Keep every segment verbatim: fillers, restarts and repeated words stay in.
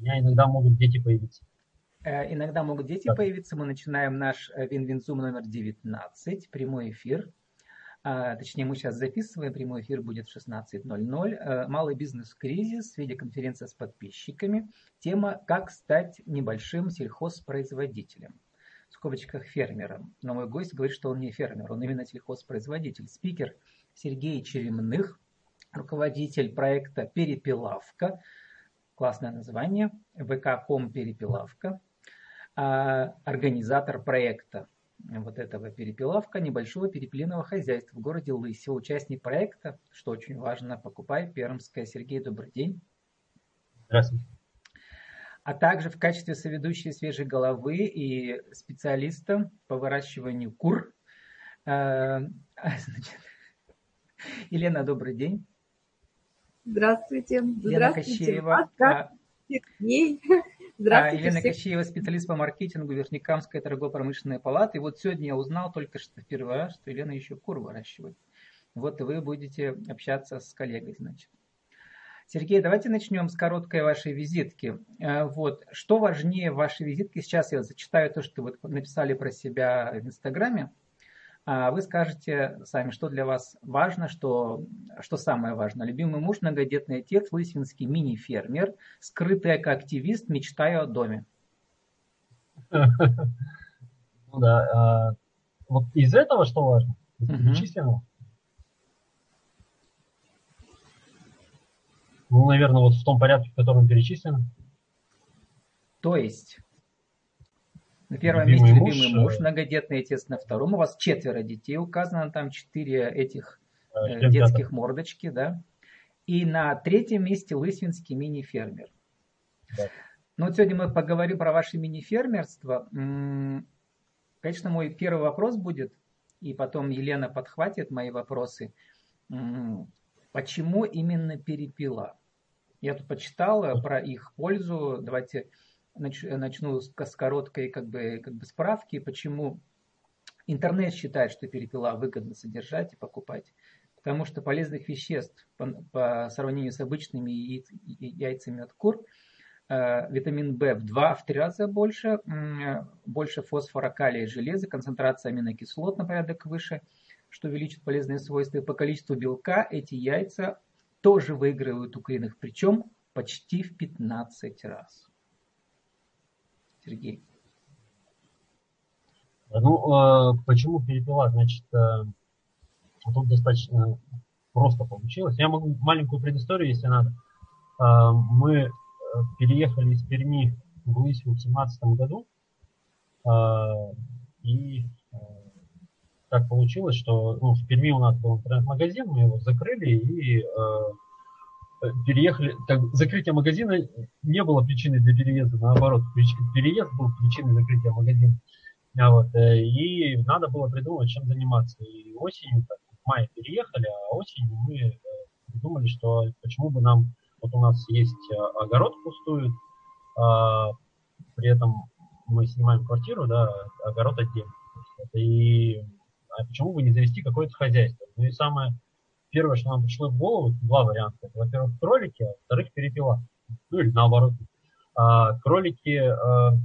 меня иногда могут дети появиться. Иногда могут дети Да. появиться. Мы начинаем наш Винвинзум номер девятнадцать, прямой эфир. Точнее, мы сейчас записываем, прямой эфир будет в шестнадцать ноль ноль. Малый бизнес-кризис, видеоконференция с подписчиками. Тема «Как стать небольшим сельхозпроизводителем». В скобочках фермером. Но мой гость говорит, что он не фермер, он именно сельхозпроизводитель. Спикер Сергей Черемных, руководитель проекта «Перепелавка». Классное название. вэ ка точка ком «Перепелавка». Организатор проекта вот этого «Перепелавка» небольшого перепелиного хозяйства в городе Лысьва. Участник проекта, что очень важно, «Покупай Пермское». Сергей, добрый день. Здравствуйте. А также в качестве соведущей «Свежей головы» и специалиста по выращиванию кур. Значит, Елена, добрый день. Здравствуйте. Елена Здравствуйте. Кощеева. Сергей. Здравствуйте. Елена всех. Кощеева, специалист по маркетингу Верхнекамской торгово-промышленной палаты. И вот сегодня я узнал только что в первый раз, что Елена еще кур выращивает. Вот и вы будете общаться с коллегой, значит. Сергей, давайте начнем с короткой вашей визитки. Вот. Что важнее в вашей визитке? Сейчас я зачитаю то, что вы написали про себя в Инстаграме. Вы скажете сами, что для вас важно, что, что самое важное. Любимый муж, многодетный отец, лысьвинский мини-фермер, скрытый экоактивист, мечтаю о доме. Ну да. Вот из этого что важно? Из перечисленного? Ну, наверное, вот в том порядке, в котором перечислено. То есть, на первом любимый месте муж, любимый муж, многодетный отец на втором. У вас четверо детей, указано там четыре этих э, детских мордочки, да. И на третьем месте лысьвинский мини-фермер. Да. Ну вот сегодня мы поговорим про ваше мини-фермерство. Конечно, мой первый вопрос будет, и потом Елена подхватит мои вопросы. Почему именно перепела? Я тут почитал про их пользу. Давайте начну с короткой как бы, как бы справки. Почему интернет считает, что перепела выгодно содержать и покупать? Потому что полезных веществ по, по сравнению с обычными яиц, яйцами от кур э, витамин В в два, в три раза больше, э, больше фосфора, калия и железа, концентрация аминокислот на порядок выше, что увеличит полезные свойства. И по количеству белка эти яйца тоже выигрывают у куриных, причем почти в пятнадцать раз. Сергей. Ну, почему перепела? Значит, тут достаточно просто получилось. Я могу маленькую предысторию, если надо. Мы переехали из Перми в Лысьву в семнадцатом году. И так получилось, что ну, в Перми у нас был интернет-магазин, мы его закрыли и переехали. Как бы, закрытие магазина не было причиной для переезда, наоборот, переезд был причиной закрытия магазина. А вот, и надо было придумать, чем заниматься. И осенью, так, в мае переехали, а осенью мы придумали, что почему бы нам, вот у нас есть огород пустует, а при этом мы снимаем квартиру, да, огород отдельно. И а почему бы не завести какое-то хозяйство? Ну и самое первое, что нам пришло в голову, два варианта. Во-первых, кролики, а во-вторых, перепела. Ну или наоборот. А, кролики, а,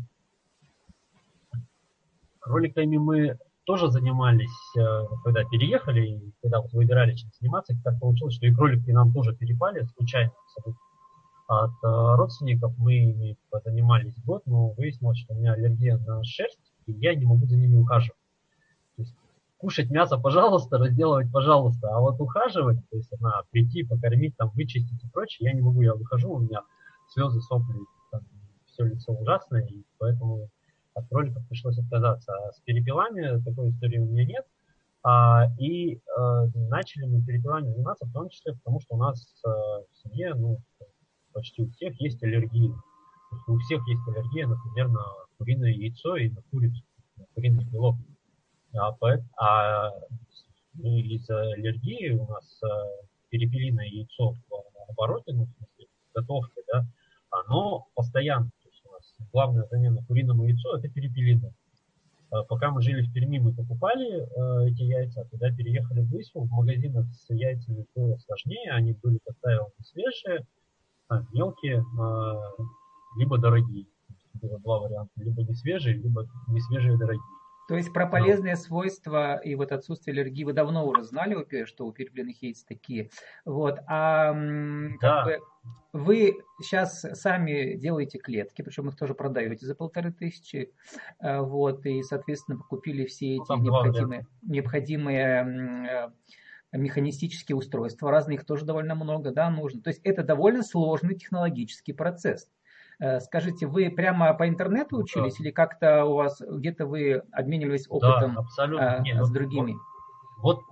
кроликами мы тоже занимались, а, когда переехали, и когда вот выбирали, чем заниматься. Так получилось, что и кролики нам тоже перепали случайно. От а, родственников мы ими занимались год, но выяснилось, что у меня аллергия на шерсть, и я не могу за ними ухаживать. Кушать мясо, пожалуйста, разделывать, пожалуйста, а вот ухаживать, то есть она прийти, покормить, там, вычистить и прочее, я не могу, я выхожу, у меня слезы, сопли, там, все лицо ужасное, и поэтому от кроликов пришлось отказаться. А с перепелами такой истории у меня нет. А, и а, начали мы перепелами заниматься, в том числе потому, что у нас а, в семье, ну, почти у всех есть аллергии. То есть у всех есть аллергия, например, на куриное яйцо и на курицу, на куриный белок. А, а из-за аллергии у нас а, перепелиное яйцо в обороте, ну, в смысле, готовки, да, оно постоянно. То есть у нас главная замена куриному яйцу – это перепелиное. А, пока мы жили в Перми, мы покупали а, эти яйца, когда переехали в Лысьву, в магазинах с яйцами было сложнее, они были, как правило, не свежие, а, мелкие. А, либо дорогие. Было два варианта, либо не свежие, либо не свежие и дорогие. То есть про полезные свойства и вот отсутствие аллергии вы давно уже знали, что у перепелиных яиц такие. Вот. А как Да. бы вы сейчас сами делаете клетки, причем их тоже продаете за полторы тысячи. Вот. И, соответственно, купили все эти Ну, необходимые, необходимые механистические устройства. Разных тоже довольно много, да, нужно. То есть это довольно сложный технологический процесс. Скажите, вы прямо по интернету учились, да, или как-то у вас где-то вы обменивались опытом, да, абсолютно. Нет, с другими? Вот, вот,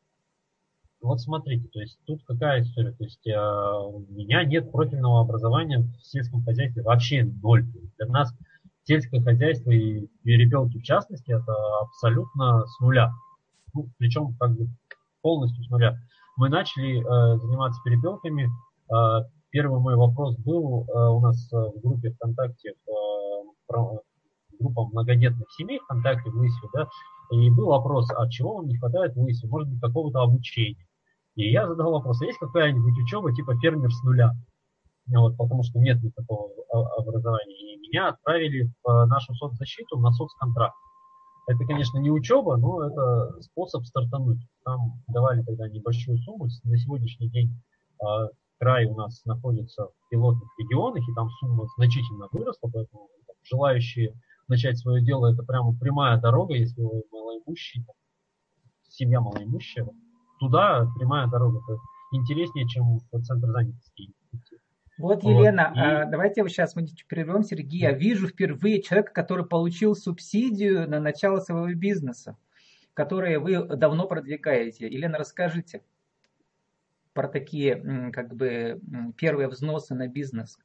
вот смотрите, то есть тут какая история, то есть э, у меня нет профильного образования в сельском хозяйстве, вообще ноль. Для нас сельское хозяйство и перепелки в частности это абсолютно с нуля, ну, причем как бы полностью с нуля. Мы начали э, заниматься перепелками. Э, Первый мой вопрос был э, у нас в группе ВКонтакте, в, э, группа многодетных семей ВКонтакте в Лысьве, да, и был вопрос, а чего вам не хватает в Лысьве, может быть, какого-то обучения. И я задал вопрос, а есть какая-нибудь учеба типа фермер с нуля? Вот, потому что нет никакого образования. И меня отправили в нашу соцзащиту на соцконтракт. Это, конечно, не учеба, но это способ стартануть. Там давали тогда небольшую сумму. На сегодняшний день э, край у нас находится в пилотных регионах, и там сумма значительно выросла, поэтому там, желающие начать свое дело, это прямо прямая дорога, если вы малоимущий, там, семья малоимущая, туда прямая дорога, это интереснее, чем в центр занятости. Вот, Елена, вот. И... давайте сейчас мы прервем Сергея. Я вижу впервые человека, который получил субсидию на начало своего бизнеса, который вы давно продвигаете. Елена, расскажите про такие, как бы, первые взносы на бизнес.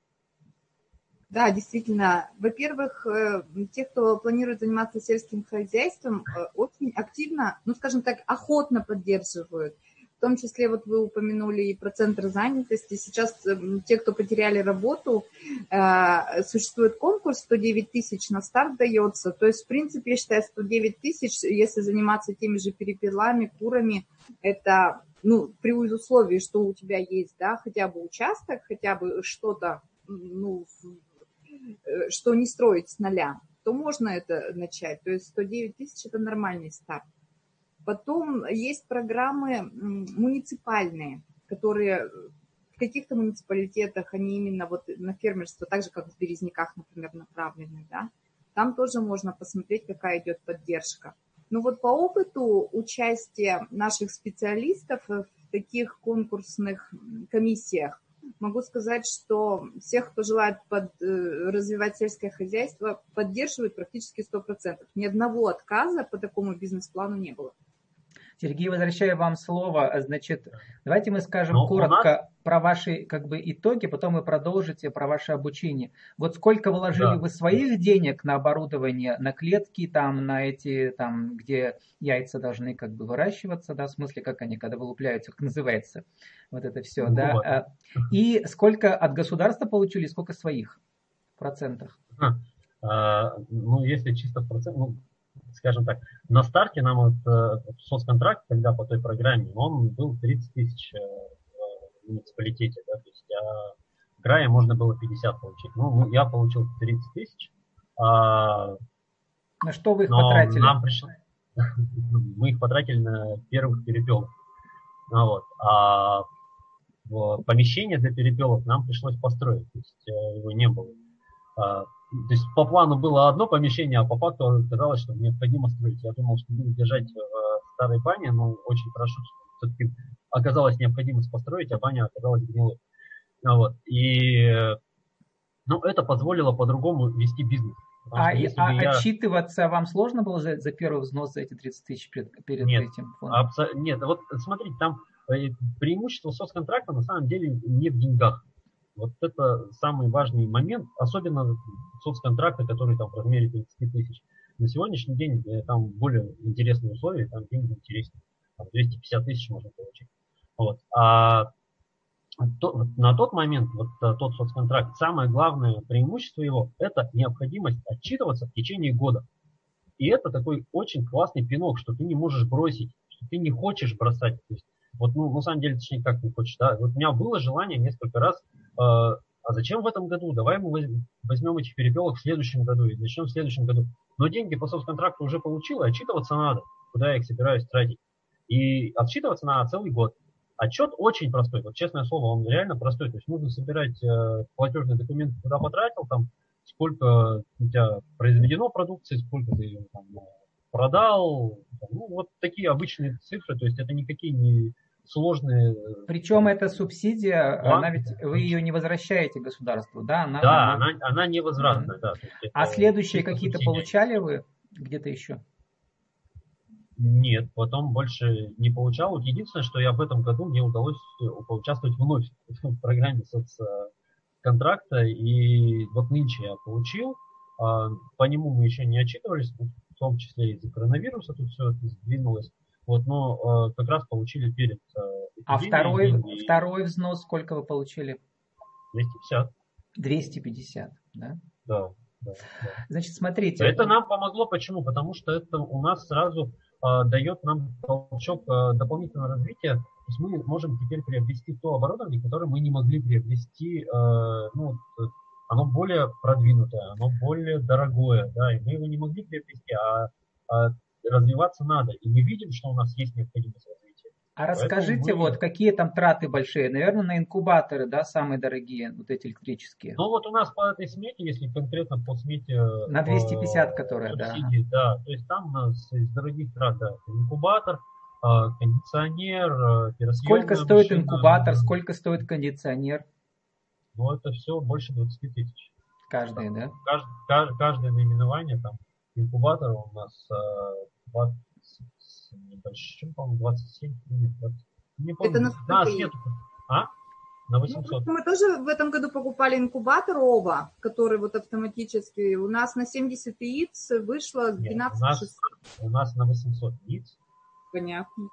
Да, действительно. Во-первых, те, кто планирует заниматься сельским хозяйством, очень активно, ну, скажем так, охотно поддерживают. В том числе, вот вы упомянули и про центр занятости. Сейчас те, кто потеряли работу, существует конкурс, сто девять тысяч на старт дается. То есть, в принципе, я считаю, сто девять тысяч, если заниматься теми же перепелами, курами, это, ну, при условии, что у тебя есть, да, хотя бы участок, хотя бы что-то, ну, что не строить с нуля, то можно это начать. То есть сто девять тысяч – это нормальный старт. Потом есть программы муниципальные, которые в каких-то муниципалитетах, они именно вот на фермерство, так же, как в Березняках, например, направлены, да. Там тоже можно посмотреть, какая идет поддержка. Но вот по опыту участия наших специалистов в таких конкурсных комиссиях, могу сказать, что всех, кто желает под, развивать сельское хозяйство, поддерживают практически сто процентов. Ни одного отказа по такому бизнес-плану не было. Сергей, возвращаю вам слово. Значит, давайте мы скажем Но коротко нас... про ваши, как бы, итоги, потом вы продолжите про ваше обучение. Вот сколько вложили да. вы своих денег на оборудование, на клетки, там, на эти, там, где яйца должны как бы выращиваться, да, в смысле, как они, когда вылупляются, как называется, вот это все, ну, да. Вот. И сколько от государства получили, сколько своих в процентах? А, ну, если чисто в процентах, ну, скажем так, на старте нам вот, э, соцконтракт, когда по той программе, он был тридцать тысяч э, в муниципалитете, да, то есть а в крае можно было пятьдесят получить. Ну, я получил тридцать тысяч. А, на что вы их потратили? Нам пришло, мы их потратили на первых перепелок. Ну, вот. А помещение для перепелок нам пришлось построить, то есть э, его не было. А, То есть по плану было одно помещение, а по факту оказалось, что необходимо строить. Я думал, что буду держать в старой бане, но очень хорошо, что все-таки оказалось необходимость построить, а баня оказалась гнилой. Вот. И ну, это позволило по-другому вести бизнес. А, и, а я... отчитываться вам сложно было за, за первый взнос за эти тридцать тысяч перед, перед нет, этим фондом? Абсо... Нет, вот смотрите, там преимущество соцконтракта на самом деле не в деньгах. Вот это самый важный момент, особенно соцконтракты, которые там в размере тридцать тысяч. На сегодняшний день там более интересные условия, там деньги интереснее. Там двести пятьдесят тысяч можно получить. Вот. А то, на тот момент, вот тот соцконтракт, самое главное преимущество его – это необходимость отчитываться в течение года. И это такой очень классный пинок, что ты не можешь бросить, что ты не хочешь бросать. То есть, вот, ну, на самом деле, точнее, как не хочешь, да? Вот у меня было желание несколько раз э, а зачем в этом году? Давай мы возьмем этих перепелок в следующем году и начнем в следующем году. Но деньги по соцконтракту уже получил, и отчитываться надо, куда я их собираюсь тратить. И отчитываться надо целый год. Отчет очень простой, вот честное слово, он реально простой. То есть нужно собирать э, платежные документы, куда потратил, там, сколько у тебя произведено продукции, сколько ты там, продал. Там, ну, вот такие обычные цифры, то есть это никакие не сложные. Причем эта субсидия, планы, она ведь да, вы ее не возвращаете государству, да? Она, да, она... она, она невозвратная, да. А следующие чисто какие-то субсидия. получали вы где-то еще? Нет, потом больше не получал. Вот единственное, что я в этом году мне удалось поучаствовать вновь в программе соцконтракта, и вот нынче я получил. По нему мы еще не отчитывались, в том числе из-за коронавируса тут все сдвинулось. Вот, но как раз получили перед эпидемией. А второй, деньги. второй взнос сколько вы получили? двести пятьдесят. двести пятьдесят, да? Да, да, да. Значит, смотрите. Это нам помогло. Почему? Потому что это у нас сразу э, дает нам толчок э, дополнительного развития. То есть мы можем теперь приобрести то оборудование, которое мы не могли приобрести. Э, ну, оно более продвинутое, оно более дорогое, да, и мы его не могли приобрести, а, а развиваться надо. И мы видим, что у нас есть необходимость развития. А расскажите, мы... вот какие там траты большие? Наверное, на инкубаторы, да, самые дорогие, вот эти электрические. Ну вот у нас по этой смете, если конкретно по смете... На двести пятьдесят, которая, субсидии, да. да. То есть там у нас из дорогих трат, да, инкубатор, кондиционер, пиросъемная Сколько стоит машина, инкубатор, сколько стоит кондиционер? Ну это все больше двадцати тысяч. Каждый, там, да? Каждый, каждое, каждое наименование, там, инкубатора у нас двадцать, небольшим, по-моему, двадцать семь, двадцать, не помню. Это на Да, сколько? смету. А? На восемьсот. Ну, мы тоже в этом году покупали инкубатор оба, который вот автоматически. У нас на семьдесят яиц вышло двенадцать шестьсот. У нас на восемьсот яиц. Понятно.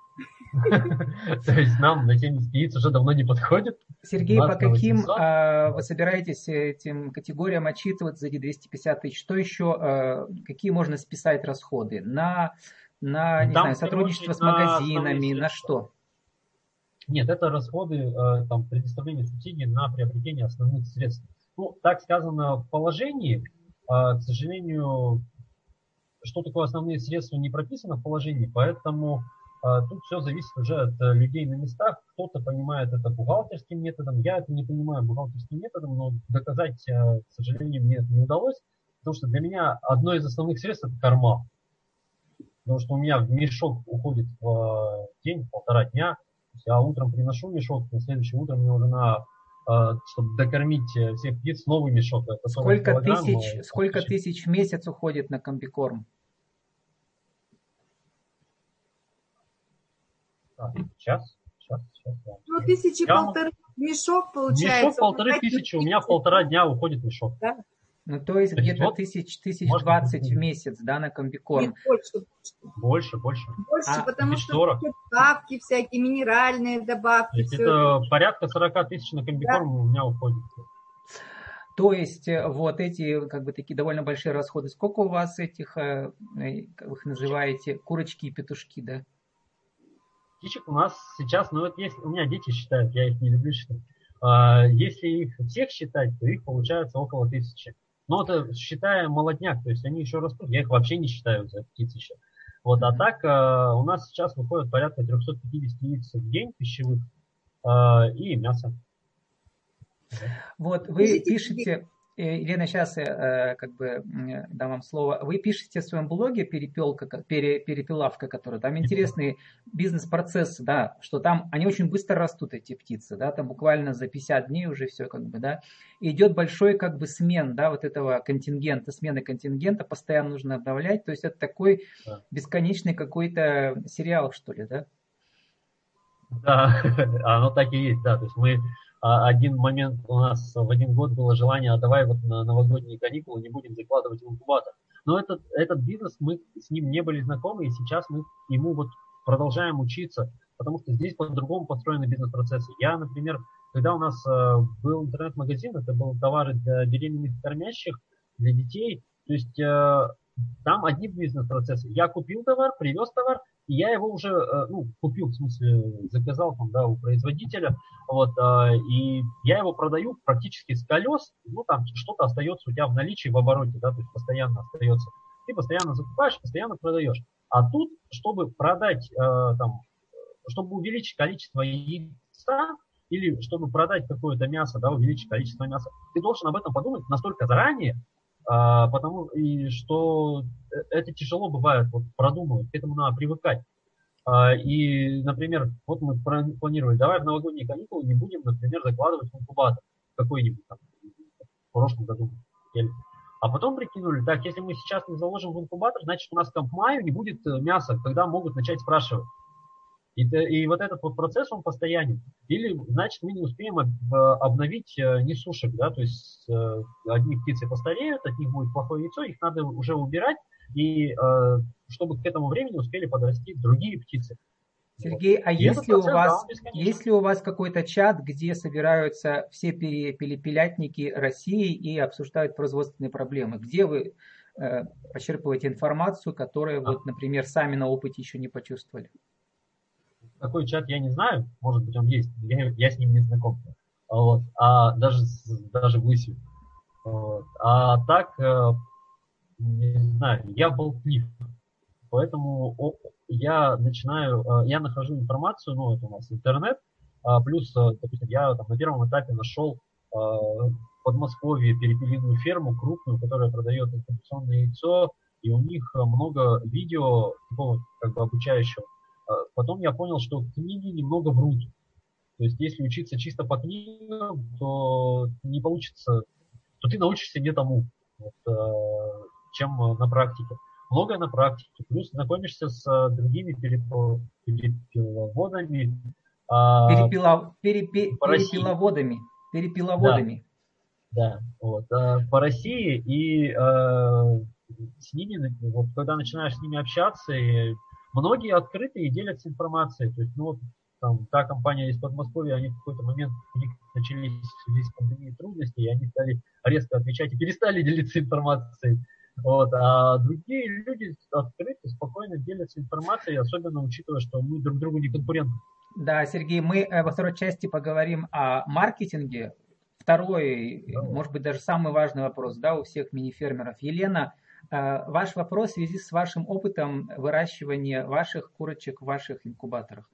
То есть нам на семьдесят яиц уже давно не подходит. Сергей, по каким а, вы собираетесь этим категориям отчитываться за эти двести пятьдесят тысяч? Что еще, а, какие можно списать расходы? На, на не знаю, сотрудничество с магазинами, на, на что? Нет, это расходы там, предоставления субсидий на приобретение основных средств. Ну, так сказано в положении, к сожалению, что такое основные средства не прописано в положении, поэтому тут все зависит уже от людей на местах. Кто-то понимает это бухгалтерским методом, я это не понимаю бухгалтерским методом, но доказать, к сожалению, мне это не удалось, потому что для меня одно из основных средств – это корма. Потому что у меня мешок уходит в день, полтора дня, я утром приношу мешок, на следующее утро мне уже надо, чтобы докормить всех птиц, новый мешок. Это сколько тысяч, сколько тысяч в месяц уходит на комбикорм? А, сейчас, сейчас, сейчас. Да. Ну, тысячи я полторы мешок получается. Мешок полторы тысячи, у меня в полтора дня уходит мешок. Да? Ну, то есть, то есть где-то вот, тысяч, тысяч двадцать в месяц, да, на комбикорм. Больше, больше. Больше, больше а, потому что добавки всякие, минеральные добавки. То есть это, это порядка сорок тысяч на комбикорм, да, у меня уходит. То есть вот эти, как бы, такие довольно большие расходы. Сколько у вас этих, как вы их называете, курочки и петушки, да? Птичек у нас сейчас, ну вот есть, у меня дети считают, я их не люблю считать. А, если их всех считать, то их получается около тысячи. Но это считая молодняк, то есть они еще растут, я их вообще не считаю за птиц еще. Вот, а так а, у нас сейчас выходит порядка триста пятьдесят яиц в день пищевых а, и мясо. Вот вы пишете, Елена, сейчас я как бы дам вам слово. Вы пишете в своем блоге перепелка, пере, перепелавка, которая там интересные бизнес-процессы, да, что там они очень быстро растут, эти птицы, да, там буквально за пятьдесят дней уже все как бы, да, и идет большой как бы смен, да, вот этого контингента, смены контингента постоянно нужно обновлять, то есть это такой бесконечный какой-то сериал, что ли, да? Да, оно так и есть, да, то есть мы один момент у нас в один год было желание, а давай вот на новогодние каникулы не будем закладывать в инкубатор. Но этот, этот бизнес, мы с ним не были знакомы, и сейчас мы ему вот продолжаем учиться, потому что здесь по-другому построены бизнес-процессы. Я, например, когда у нас был интернет-магазин, это был товары для беременных кормящих, для детей, то есть там одни бизнес-процессы. Я купил товар, привез товар, И я его уже, ну, купил, в смысле, заказал там, да, у производителя, вот, и я его продаю практически с колес, ну, там что-то остается у тебя в наличии, в обороте, да, то есть постоянно остается. Ты постоянно закупаешь, постоянно продаешь. А тут, чтобы продать, там, чтобы увеличить количество яйца, или чтобы продать какое-то мясо, да, увеличить количество мяса, ты должен об этом подумать настолько заранее, а, потому и что это тяжело бывает вот, продумывать, к этому надо привыкать. А, и, например, вот мы планировали, давай в новогодние каникулы не будем, например, закладывать в инкубатор какой-нибудь там в прошлом году. А потом прикинули, так, если мы сейчас не заложим в инкубатор, значит у нас к маю не будет мяса, когда могут начать спрашивать. И, и вот этот вот процесс, он постоянен. Или, значит, мы не успеем обновить несушек, да, то есть одни птицы постареют, от них будет плохое яйцо, их надо уже убирать, и чтобы к этому времени успели подрасти другие птицы. Сергей, а есть ли, у вас, есть ли у вас какой-то чат, где собираются все перепелятники России и обсуждают производственные проблемы? Где вы э, почерпываете информацию, которую, а. вот, например, сами на опыте еще не почувствовали? Такой чат я не знаю, может быть он есть, я, я с ним не знаком. Вот. А даже, даже в Лысью. Вот. А так, не знаю, я болтлив. Поэтому я начинаю, я нахожу информацию, ну, это у нас интернет, плюс, допустим, я там на первом этапе нашел в Подмосковье перепелиную ферму крупную, которая продает инкубационное яйцо, и у них много видео такого как бы обучающего. Потом я понял, что книги немного врут. То есть, если учиться чисто по книгам, то не получится, то ты научишься не тому, вот, чем на практике. Многое на практике. Плюс знакомишься с другими перепеловодами. Перепела, перепе, по перепеловодами. Перепеловодами. Да, да, вот, по России. И э, с ними, вот, когда начинаешь с ними общаться, и многие открыты и делятся информацией. То есть, ну, вот, там, та компания из Подмосковья, они в какой-то момент, у них начались в связи с пандемией трудности, и они стали резко отвечать и перестали делиться информацией. Вот, а другие люди открыты, спокойно делятся информацией, особенно учитывая, что мы друг другу не конкуренты. Да, Сергей, мы во второй части поговорим о маркетинге. Второй, да. Может быть, даже самый важный вопрос, да, у всех мини-фермеров. Елена, ваш вопрос в связи с вашим опытом выращивания ваших курочек в ваших инкубаторах.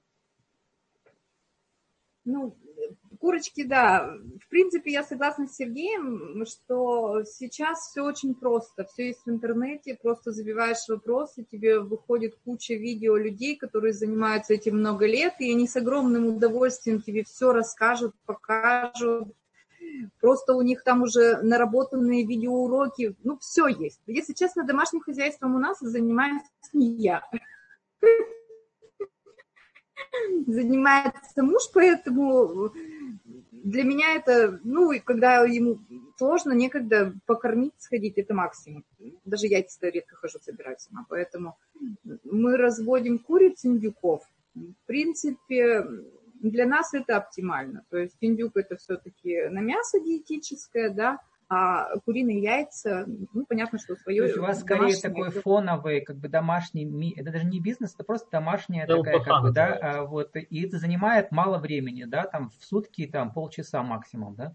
Ну, курочки, да. В принципе, я согласна с Сергеем, что сейчас все очень просто. Все есть в интернете, просто забиваешь вопросы, тебе выходит куча видео людей, которые занимаются этим много лет, и они с огромным удовольствием тебе все расскажут, покажут. Просто у них там уже наработанные видеоуроки, ну, все есть. Если честно, домашним хозяйством у нас занимаюсь не я. Занимается муж, поэтому для меня это, ну, когда ему сложно, некогда покормить, сходить, это максимум. Даже яйца редко хожу собирать сама, поэтому мы разводим куриц, индюков. В принципе, для нас это оптимально. То есть индюк это все-таки на мясо диетическое, да, а куриные яйца, ну, понятно, что свое... То есть у вас скорее такой это... фоновый, как бы домашний, это даже не бизнес, это просто домашняя это такая, как бы, да, вот, и это занимает мало времени, да, там в сутки, там, полчаса максимум, да?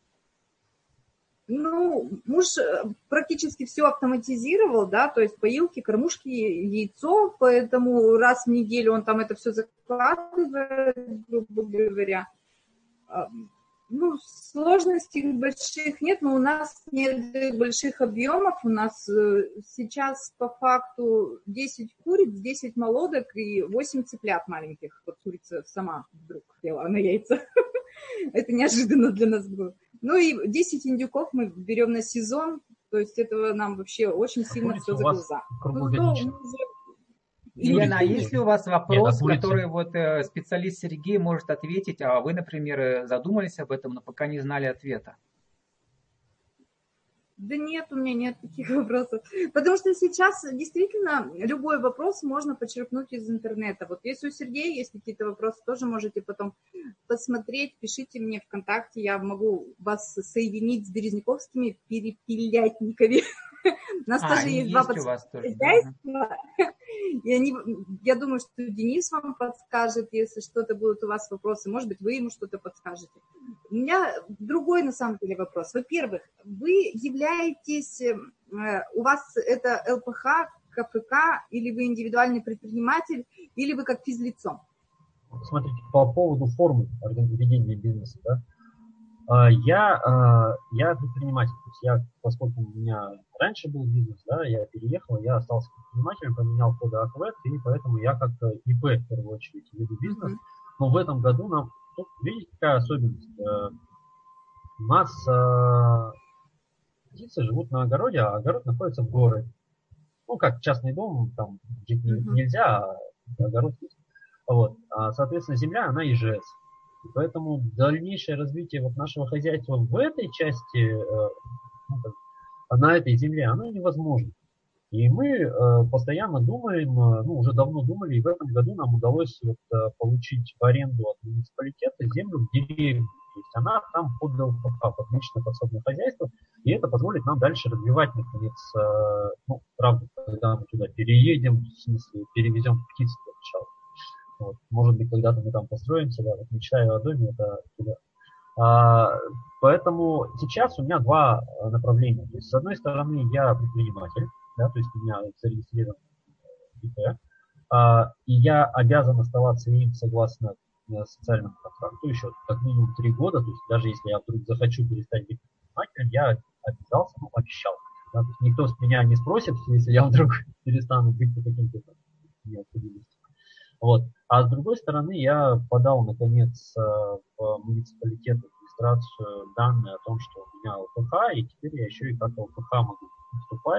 Ну, муж практически все автоматизировал, да, то есть поилки, кормушки, яйцо, поэтому раз в неделю он там это все закладывает, грубо говоря. Ну, сложностей больших нет, но у нас нет больших объемов. У нас сейчас по факту десять куриц, десять молодок и восемь цыплят маленьких. Вот курица сама вдруг хотела на яйца. Это неожиданно для нас было. Ну и десять индюков мы берем на сезон. То есть этого нам вообще очень сильно все за глаза. Елена, а есть ли у вас вопрос, Нет, который вот специалист Сергей может ответить, а вы, например, задумались об этом, но пока не знали ответа? Да нет, у меня нет таких вопросов. Потому что сейчас действительно любой вопрос можно почерпнуть из интернета. Вот если у Сергея есть какие-то вопросы, тоже можете потом посмотреть, пишите мне ВКонтакте, я могу вас соединить с березняковскими перепелятниками. У нас а, тоже есть два подхозяйства. И они, я думаю, что Денис вам подскажет, если что-то будут у вас вопросы. Может быть, вы ему что-то подскажете. У меня другой, на самом деле, вопрос. Во-первых, вы являетесь, у вас это эл пэ ха, ка эф ка, или вы индивидуальный предприниматель, или вы как физлицо? Смотрите, по поводу формы ведения бизнеса, да, я, я предприниматель. То есть я, поскольку у меня раньше был бизнес, да, я переехал, я остался предпринимателем, поменял коды АКВЭД, и поэтому я как ИП, в первую очередь, веду бизнес. Mm-hmm. Но в этом году нам, ну, видите, какая особенность? У нас птицы живут на огороде, а огород находится в городе. Ну, как частный дом, там жить mm-hmm. нельзя, а огород есть. Вот. А, соответственно, земля, она ИЖС. И поэтому дальнейшее развитие вот нашего хозяйства в этой части, э, ну, на этой земле, оно невозможно. И мы э, постоянно думаем, э, ну, уже давно думали, и в этом году нам удалось вот, э, получить в аренду от муниципалитета землю в деревне. То есть она там под эл пэ ха, под личное подсобное хозяйство, и это позволит нам дальше развивать, наконец, э, ну, правда, когда мы туда переедем, в смысле, перевезем птиц сначала. Вот. Может быть, когда-то мы там построимся, да, вот мечтаю о доме, это туда. А, поэтому сейчас у меня два направления. То есть, с одной стороны, я предприниматель, да, то есть у меня зарегистрирован ИП, а, и я обязан оставаться им согласно социальному контракту еще как минимум три года, то есть даже если я вдруг захочу перестать быть предпринимателем, я обязался, ну, обещал. Да, то есть никто с меня не спросит, если я вдруг перестану быть по каким-то необходимостям. Вот. А с другой стороны, я подал, наконец, в муниципалитет администрацию данные о том, что у меня эл пэ ха, и теперь я еще и как эл пэ ха могу выступать.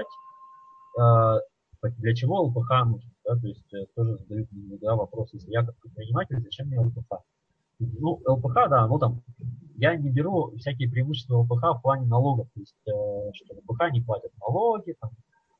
Для чего эл пэ ха нужен? Да? То есть тоже задают мне, да, вопрос, если я как предприниматель, зачем мне эл пэ ха? Ну, эл пэ ха, да, ну там, я не беру всякие преимущества эл пэ ха в плане налогов, то есть, что эл пэ ха не платят налоги, там,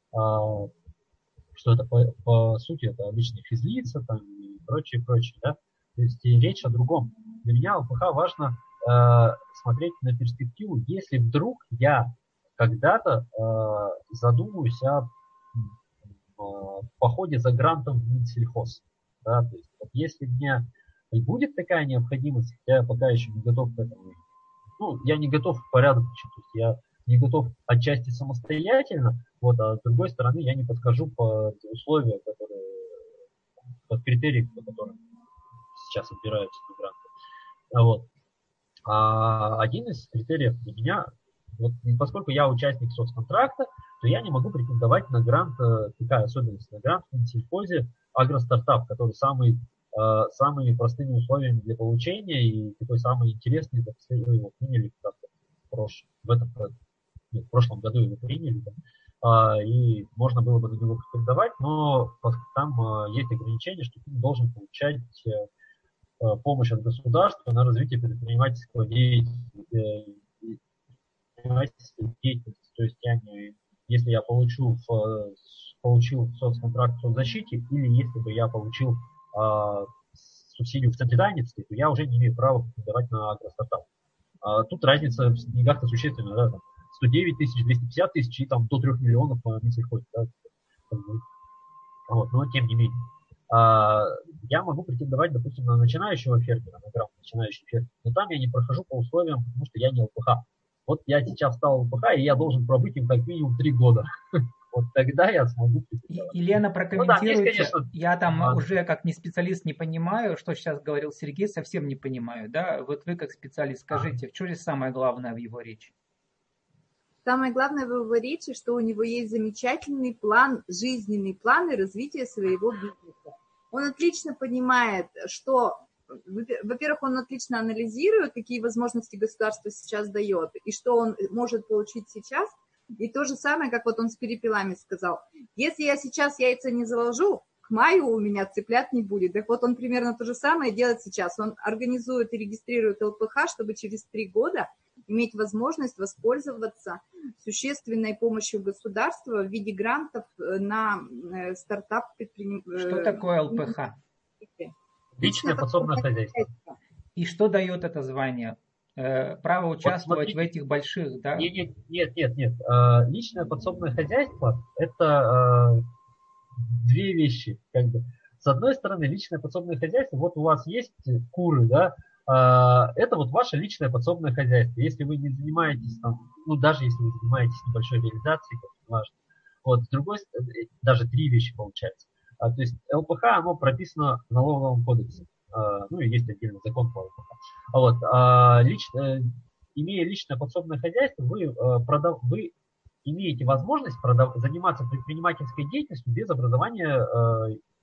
что это по, по сути это обычные физлица там, и прочее, прочее, да. То есть и речь о другом. Для меня эл пэ ха важно э, смотреть на перспективу, если вдруг я когда-то э, задумаюсь о э, походе за грантом в Минсельхоз. Да, то есть вот если у меня и будет такая необходимость, я пока еще не готов к этому. Ну, я не готов в порядок, то есть я не готов отчасти самостоятельно, вот, а с другой стороны я не подхожу под условия, которые, под критерии, по которым сейчас отбираются мигранты. Вот. А один из критериев для меня, вот, поскольку я участник соцконтракта, то я не могу претендовать на грант, такая особенность, на грант в Минсельхозе агростартап, который самый, самыми простыми условиями для получения и такой самый интересный, как вы его приняли как-то в прошлом, в этом году. Нет, в прошлом году его приняли, да, а, и можно было бы на него претендовать, но там а, есть ограничение, что ты должен получать а, помощь от государства на развитие предпринимательского деятельности. То есть я не, если я получу в, получил соцконтракт в соцзащите, или если бы я получил а, субсидию в центре занятости, то я уже не имею права претендовать на агростартап. А, тут разница в деньгах-то существенная, да, там, сто девять тысяч, двести пятьдесят тысяч и там до трех миллионов по Минсельхозе, да, вот, но тем не менее. А, я могу претендовать, допустим, на начинающего фермера, на грант начинающего фермера, но там я не прохожу по условиям, потому что я не эл пэ ха. Вот я сейчас стал эл пэ ха, и я должен пробыть им как минимум три года. Вот тогда я смогу претендовать. Елена прокомментируйте. Ну, да, есть, конечно, я там а... уже как не специалист не понимаю, что сейчас говорил Сергей, совсем не понимаю, да? Вот вы как специалист скажите, а... в чем же самое главное в его речи? Самое главное в его речи, что у него есть замечательный план, жизненный план и развитие своего бизнеса. Он отлично понимает, что, во-первых, он отлично анализирует, какие возможности государство сейчас дает, и что он может получить сейчас. И то же самое, как вот он с перепелами сказал. Если я сейчас яйца не заложу, к маю у меня цыплят не будет. Так вот он примерно то же самое делает сейчас. Он организует и регистрирует эл пэ ха, чтобы через три года иметь возможность воспользоваться существенной помощью государства в виде грантов на стартап предпринимательства. Что такое эл пэ ха? Личное подсобное хозяйство. И что дает это звание? Право участвовать вот, в этих больших, да? Нет, нет, нет, нет. нет. Личное подсобное хозяйство – это две вещи. Как бы. С одной стороны, личное подсобное хозяйство, вот у вас есть куры, да, а, это вот ваше личное подсобное хозяйство. Если вы не занимаетесь, там, ну даже если вы занимаетесь небольшой реализацией, как важно, вот, с другой стороны, даже три вещи получается. А, то есть ЛПХ, оно прописано в налоговом кодексе. А, ну и есть отдельный закон по ЛПХ. А вот, а, лично, имея личное подсобное хозяйство, вы, а, продав, вы имеете возможность продав, заниматься предпринимательской деятельностью без образования, а,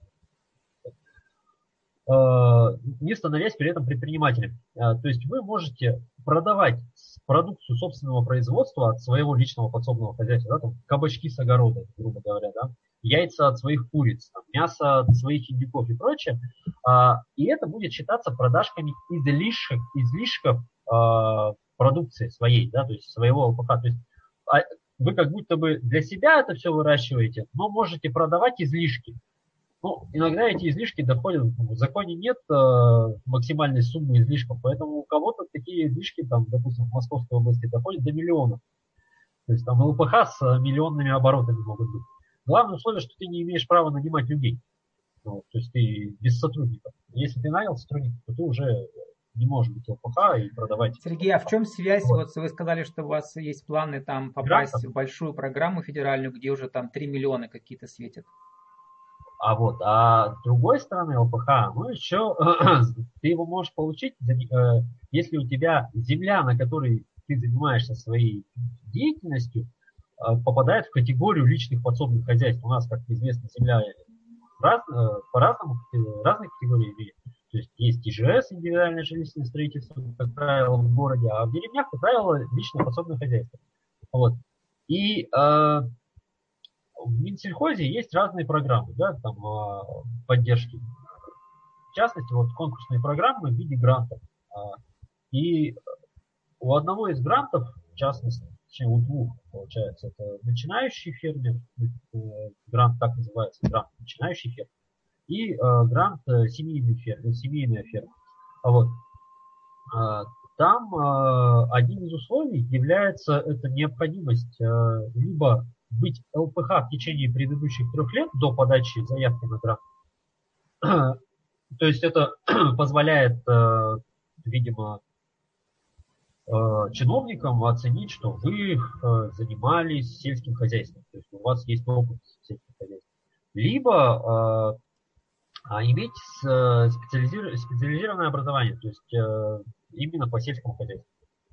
а, не становясь при этом предпринимателем. А, то есть вы можете продавать продукцию собственного производства от своего личного подсобного хозяйства, да, там, кабачки с огорода, грубо говоря, да, яйца от своих куриц, там, мясо от своих индюков и прочее. А, и это будет считаться продажками излишек, излишков а, продукции своей, да, то есть своего ЛПХ. То есть а, вы как будто бы для себя это все выращиваете, но можете продавать излишки. Ну, иногда эти излишки доходят, в законе нет э, максимальной суммы излишков, поэтому у кого-то такие излишки, там, допустим, в Московской области доходят до миллиона. То есть там ЛПХ с миллионными оборотами могут быть. Главное условие, что ты не имеешь права нанимать людей. Ну, то есть ты без сотрудников. Если ты нанял сотрудников, то ты уже не можешь быть ЛПХ и продавать. Сергей, а в чем связь? Вот. Вот вы сказали, что у вас есть планы там попасть Грантов? в большую программу федеральную, где уже там три миллиона какие-то светят. А вот, а с другой стороны ЛПХ, ну еще ты его можешь получить, если у тебя земля, на которой ты занимаешься своей деятельностью, попадает в категорию личных подсобных хозяйств. У нас, как известно, земля раз, по-разному, разные категории имеет. То есть есть ИЖС, индивидуальное жилищное строительство, как правило, в городе, а в деревнях, как правило, личное подсобное хозяйство. Вот. И в Минсельхозе есть разные программы, да, там, поддержки. В частности, вот конкурсные программы в виде грантов. И у одного из грантов, в частности, точнее, у двух, получается, это начинающий фермер, грант так называется, грант начинающий фермер, и грант семейный фермер, семейная ферма. Вот. Там один из условий является это необходимость либо быть ЛПХ в течение предыдущих трех лет до подачи заявки на грант. То есть это позволяет, видимо, чиновникам оценить, что вы занимались сельским хозяйством, то есть у вас есть опыт сельского хозяйства. Либо иметь специализированное образование, то есть именно по сельскому хозяйству.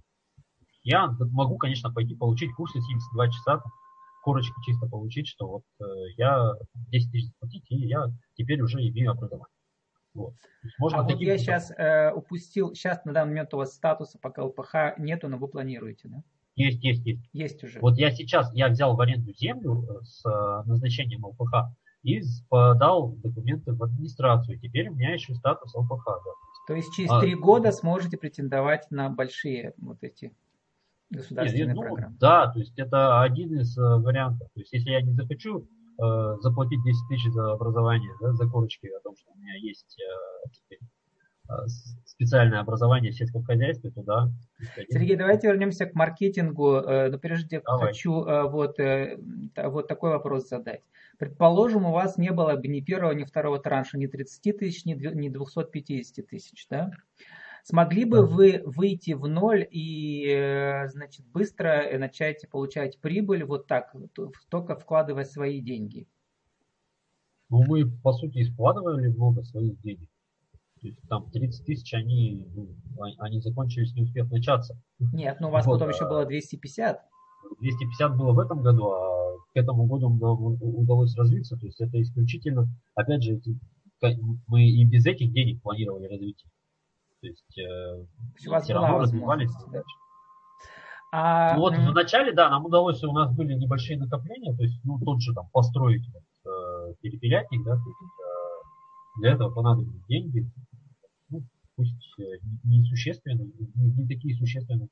Я могу, конечно, пойти получить курсы семьдесят два часа, корочки чисто получить, что вот э, я десять тысяч заплатить, и я теперь уже имею образование. Вот. Можно а вот таким я путем. сейчас э, упустил, сейчас на данный момент у вас статуса пока ЛПХ нету, но вы планируете, да? Есть, есть, есть. Есть уже. Вот я сейчас, я взял в аренду землю с э, назначением ЛПХ и подал документы в администрацию. Теперь у меня еще статус ЛПХ. Да. То есть через а, три года сможете претендовать на большие вот эти государственные нет, ну, программы. да, то есть это один из э, вариантов. То есть если я не захочу э, заплатить десять тысяч за образование, да, за корочки о том, что у меня есть э, теперь, э, специальное образование в сельском хозяйстве, то да. Сергей, давайте вернемся к маркетингу. Но прежде Давай. хочу вот, вот такой вопрос задать. Предположим, у вас не было бы ни первого, ни второго транша, ни тридцати тысяч, ни двухсот пятидесяти тысяч, да? Смогли бы вы выйти в ноль и, значит, быстро начать получать прибыль вот так, только вкладывая свои деньги? Ну, мы, по сути, вкладывали много своих денег. То есть там тридцать тысяч, они, ну, они закончились, не успев начаться. Нет, ну у вас вот, потом а... еще было двести пятьдесят. двести пятьдесят было в этом году, а к этому году нам удалось развиться. То есть это исключительно, опять же, мы и без этих денег планировали развитие. То есть э, все равно развивались дальше. А... Ну, вот mm-hmm. в начале, да, нам удалось, у нас были небольшие накопления, то есть, ну, тот же там построить вот, э, перепелятник, да, то есть, э, для этого понадобились деньги, ну, пусть э, не существенные, не, не такие существенные.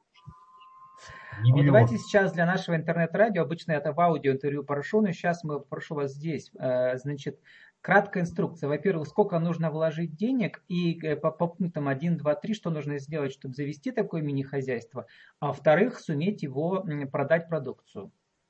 Вот давайте сейчас для нашего интернет-радио, обычно это в аудио интервью прошу, но сейчас мы прошу вас здесь, э, значит, краткая инструкция. Во-первых, сколько нужно вложить денег и по, по пунктам один, два, три, что нужно сделать, чтобы завести такое мини-хозяйство. А во-вторых, суметь его продать продукцию.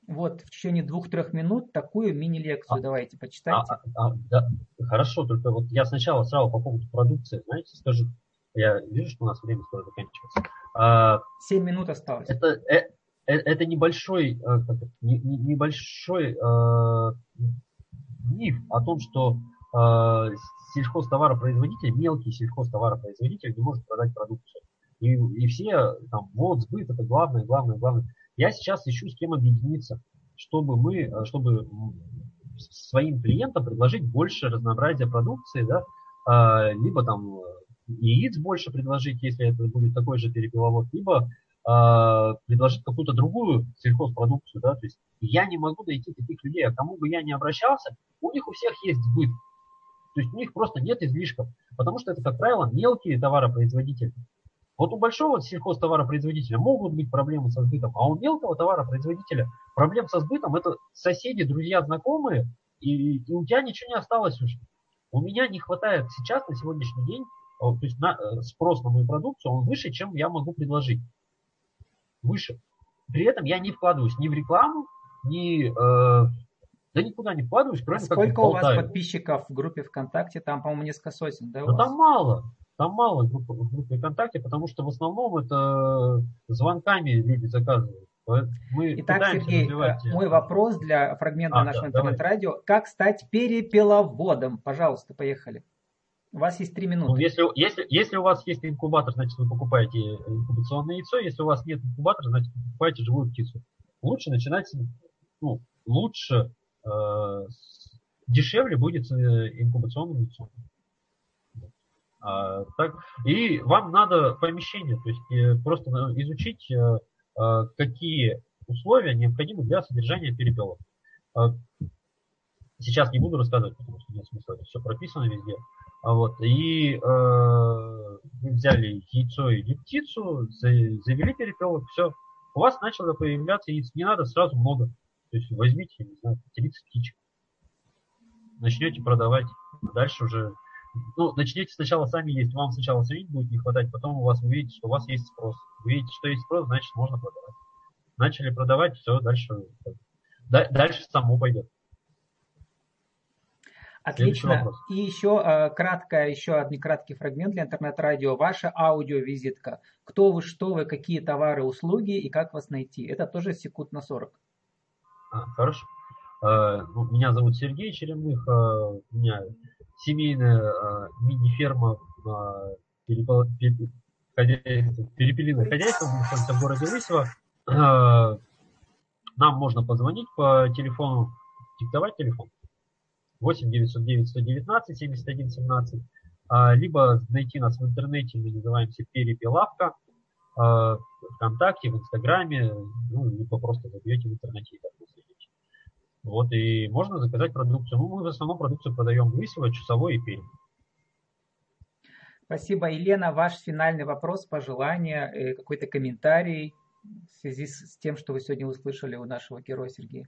Вот в течение двух-трех минут такую мини-лекцию А, давайте а, почитайте. а, а, да, хорошо, только вот я сначала сразу по поводу продукции, знаете, скажу, я вижу, что у нас время скоро заканчивается. А, Семь минут осталось. это, э, э, это небольшой, э, как это, не- не- небольшой э, миф о том, что э, сельхозтоваропроизводитель, мелкий сельхозтоваропроизводитель не может продать продукцию. И, и все там, вот, сбыт, это главное, главное, главное. Я сейчас ищу, с кем объединиться, чтобы мы, э, чтобы своим клиентам предложить больше разнообразия продукции, да, э, либо там яиц больше предложить, если это будет такой же перепеловод, либо э, предложить какую-то другую сельхозпродукцию, да, то есть я не могу найти таких людей, а кому бы я ни обращался, у них у всех есть сбыт, то есть у них просто нет излишков, потому что это, как правило, мелкие товаропроизводители. Вот у большого сельхозтоваропроизводителя могут быть проблемы со сбытом, а у мелкого товаропроизводителя проблем со сбытом это соседи, друзья, знакомые, и, и у тебя ничего не осталось уже. У меня не хватает сейчас, на сегодняшний день, то есть на, спрос на мою продукцию, он выше, чем я могу предложить. Выше. При этом я не вкладываюсь ни в рекламу, ни, э, да никуда не вкладываюсь, кроме А как сколько у вас болтаю. подписчиков в группе ВКонтакте? Там, по-моему, несколько сотен, да, у Но вас? там мало. Там мало в группе, в группе ВКонтакте, потому что в основном это звонками люди заказывают. Мы Итак, пытаемся Сергей, развивать... мой вопрос для фрагмента А, нашего да, давай. интернет-радио. Как стать перепеловодом? Пожалуйста, поехали. У вас есть три Ну, минуты. если, если, если у вас есть инкубатор, значит, вы покупаете инкубационное яйцо. Если у вас нет инкубатора, значит, вы покупаете живую птицу. Лучше начинать, ну, лучше, э, дешевле будет с инкубационным яйцом. А, так, и вам надо помещение, то есть э, просто изучить, э, э, какие условия необходимы для содержания перепелов. Э, сейчас не буду рассказывать, потому что нет смысла, это все прописано везде. А вот, и э, вы взяли яйцо или птицу, завели перепелок, все. У вас начало появляться яиц. Не надо сразу много. То есть возьмите, не знаю, тридцать птичек. Начнете продавать. Дальше уже... Ну, начните сначала сами есть. Вам сначала самим будет не хватать, потом у вас увидите, что у вас есть спрос. Вы видите, что есть спрос, значит, можно продавать. Начали продавать, все, дальше... Дальше само пойдет. Отлично. И еще э, кратко, еще один краткий фрагмент для интернет-радио. Ваша аудиовизитка. Кто вы, что вы, какие товары, услуги и как вас найти. Это тоже секунд на сорок. А, хорошо. Uh, ну, меня зовут Сергей Черемных. Uh, у меня семейная uh, мини-ферма uh, перепел... перепелиное хозяйство. Мы находимся в городе Лысьва. Uh, нам можно позвонить по телефону, диктовать телефон восемь девятьсот девять сто девятнадцать семьдесят один семнадцать, либо найти нас в интернете, мы называемся Перепелавка, ВКонтакте, в Инстаграме, ну, либо просто забьете в интернете и так выследите. Вот, и можно заказать продукцию. Ну, мы в основном продукцию продаем в Лысьво, Часовой и Пермь. Спасибо, Елена. Ваш финальный вопрос, пожелание, какой-то комментарий в связи с тем, что вы сегодня услышали у нашего героя Сергея.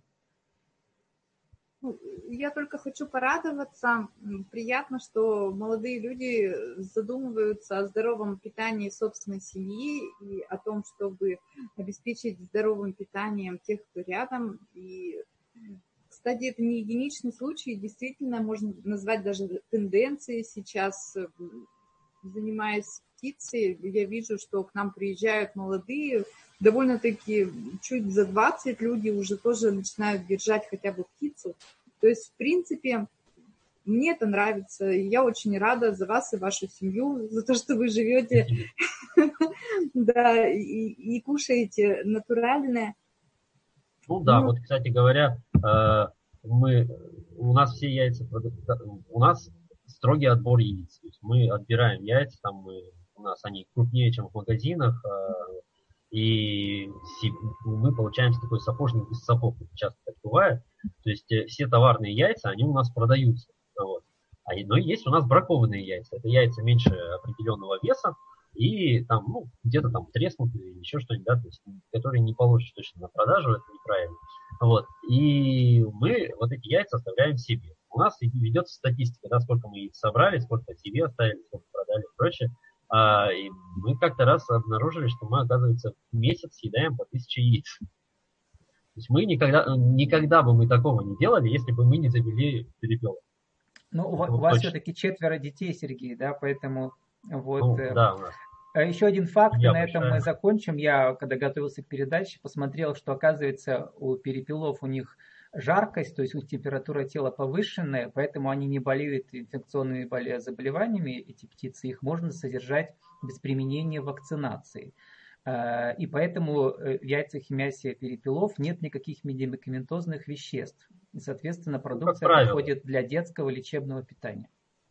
Я только хочу порадоваться. Приятно, что молодые люди задумываются о здоровом питании собственной семьи и о том, чтобы обеспечить здоровым питанием тех, кто рядом. И, кстати, это не единичный случай. Действительно, можно назвать даже тенденцией сейчас. Занимаясь птицей, я вижу, что к нам приезжают молодые, довольно-таки чуть за двадцать люди уже тоже начинают держать хотя бы птицу. То есть, в принципе, мне это нравится. Я очень рада за вас и вашу семью, за то, что вы живете да, и, и кушаете натуральное. Ну да, ну, вот, кстати говоря, мы, у нас все яйца, у нас строгий отбор яиц. То есть мы отбираем яйца, там мы, у нас они крупнее, чем в магазинах, и мы получаем такой сапожник без сапог, часто так бывает. То есть все товарные яйца, они у нас продаются. Вот. Но есть у нас бракованные яйца. Это яйца меньше определенного веса, и там, ну, где-то там треснутые или еще что-нибудь, да, то есть, которые не положишь точно на продажу, это неправильно. Вот. И мы вот эти яйца оставляем себе. У нас ведется статистика, да, сколько мы яиц собрали, сколько себе оставили, сколько продали и прочее. А, и мы как-то раз обнаружили, что мы, оказывается, в месяц съедаем по тысяче яиц. есть мы никогда, никогда бы мы такого не делали, если бы мы не завели перепелов. Ну, у, Это у вот вас точно. все-таки четверо детей, Сергей, да, поэтому вот. Ну, э, да, у нас. а Еще один факт, и Я на этом большая. мы закончим. Я, когда готовился к передаче, посмотрел, что, оказывается, у перепелов у них жаркость, то есть у них температура тела повышенная, поэтому они не болеют инфекционными боле- заболеваниями, эти птицы. Их можно содержать без применения вакцинации. Э, И поэтому э, в яйцах и мясе перепелов нет никаких медикаментозных веществ. И, соответственно, Ну, как продукция правило. подходит для детского лечебного питания.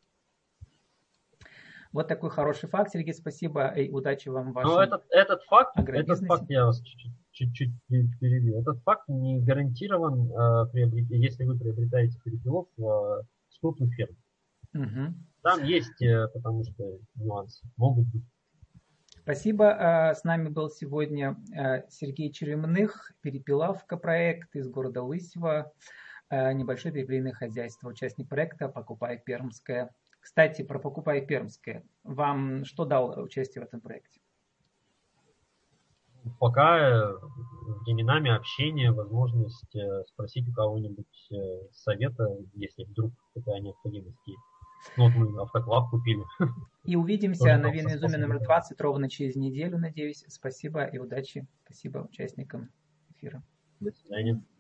Вот такой хороший факт, Сергей, спасибо и удачи вам в Но вашем этот, этот факт, этот агробизнесе. факт, я вас чуть-чуть, чуть-чуть перебью. Этот факт не гарантирован, э, приобрет- если вы приобретаете перепелов э, с крупных ферм. Мгм. Там есть, э, потому что нюансы могут быть. Спасибо. А, С нами был сегодня а, Сергей Черемных, перепелавка проект из города Лысьва, а, небольшое перепелиное хозяйство, участник проекта «Покупай Пермское». Кстати, про «Покупай Пермское». Вам что дал участие в этом проекте? Пока э, временами общения, возможность э, спросить у кого-нибудь э, совета, если вдруг такая необходимость есть. Ну вот мы автоклав купили. И увидимся Тоже на там со Винной Зуме номер способами. двадцать ровно через неделю, надеюсь. Спасибо и удачи. Спасибо участникам эфира. До свидания.